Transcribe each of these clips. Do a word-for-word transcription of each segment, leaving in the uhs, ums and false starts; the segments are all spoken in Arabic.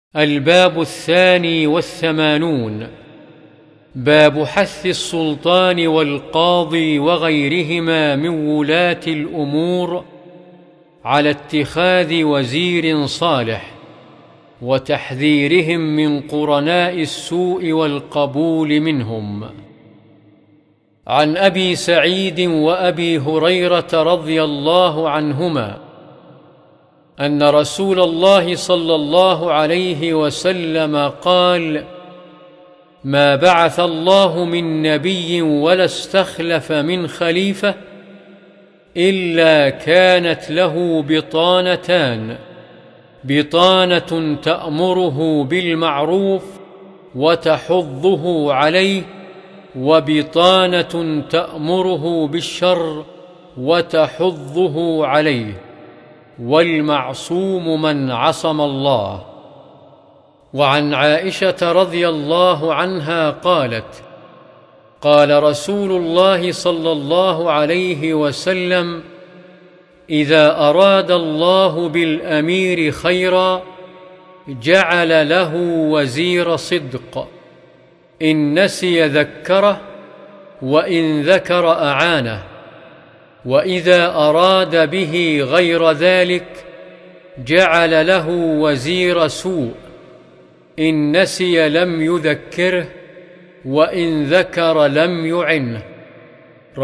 الباب الثاني والثمانون. باب حث السلطان والقاضي وغيرهما من ولاة الأمور على اتخاذ وزير صالح وتحذيرهم من قرناء السوء والقبول منهم. عن أبي سعيد وأبي هريرة رضي الله عنهما أن رسول الله صلى الله عليه وسلم قال: ما بعث الله من نبي ولا استخلف من خليفة إلا كانت له بطانتان: بطانة تأمره بالمعروف وتحضه عليه، وبطانة تأمره بالشر وتحضه عليه، والمعصوم من عصم الله. وعن عائشة رضي الله عنها قالت: قال رسول الله صلى الله عليه وسلم: إذا أراد الله بالأمير خيرا جعل له وزير صدق، إن نسي ذكره وإن ذكر أعانه، وإذا أراد به غير ذلك جعل له وزير سوء، إن نسي لم يذكره وإن ذكر لم يعنه.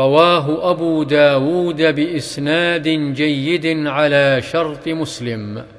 رواه أبو داود بإسناد جيد على شرط مسلم.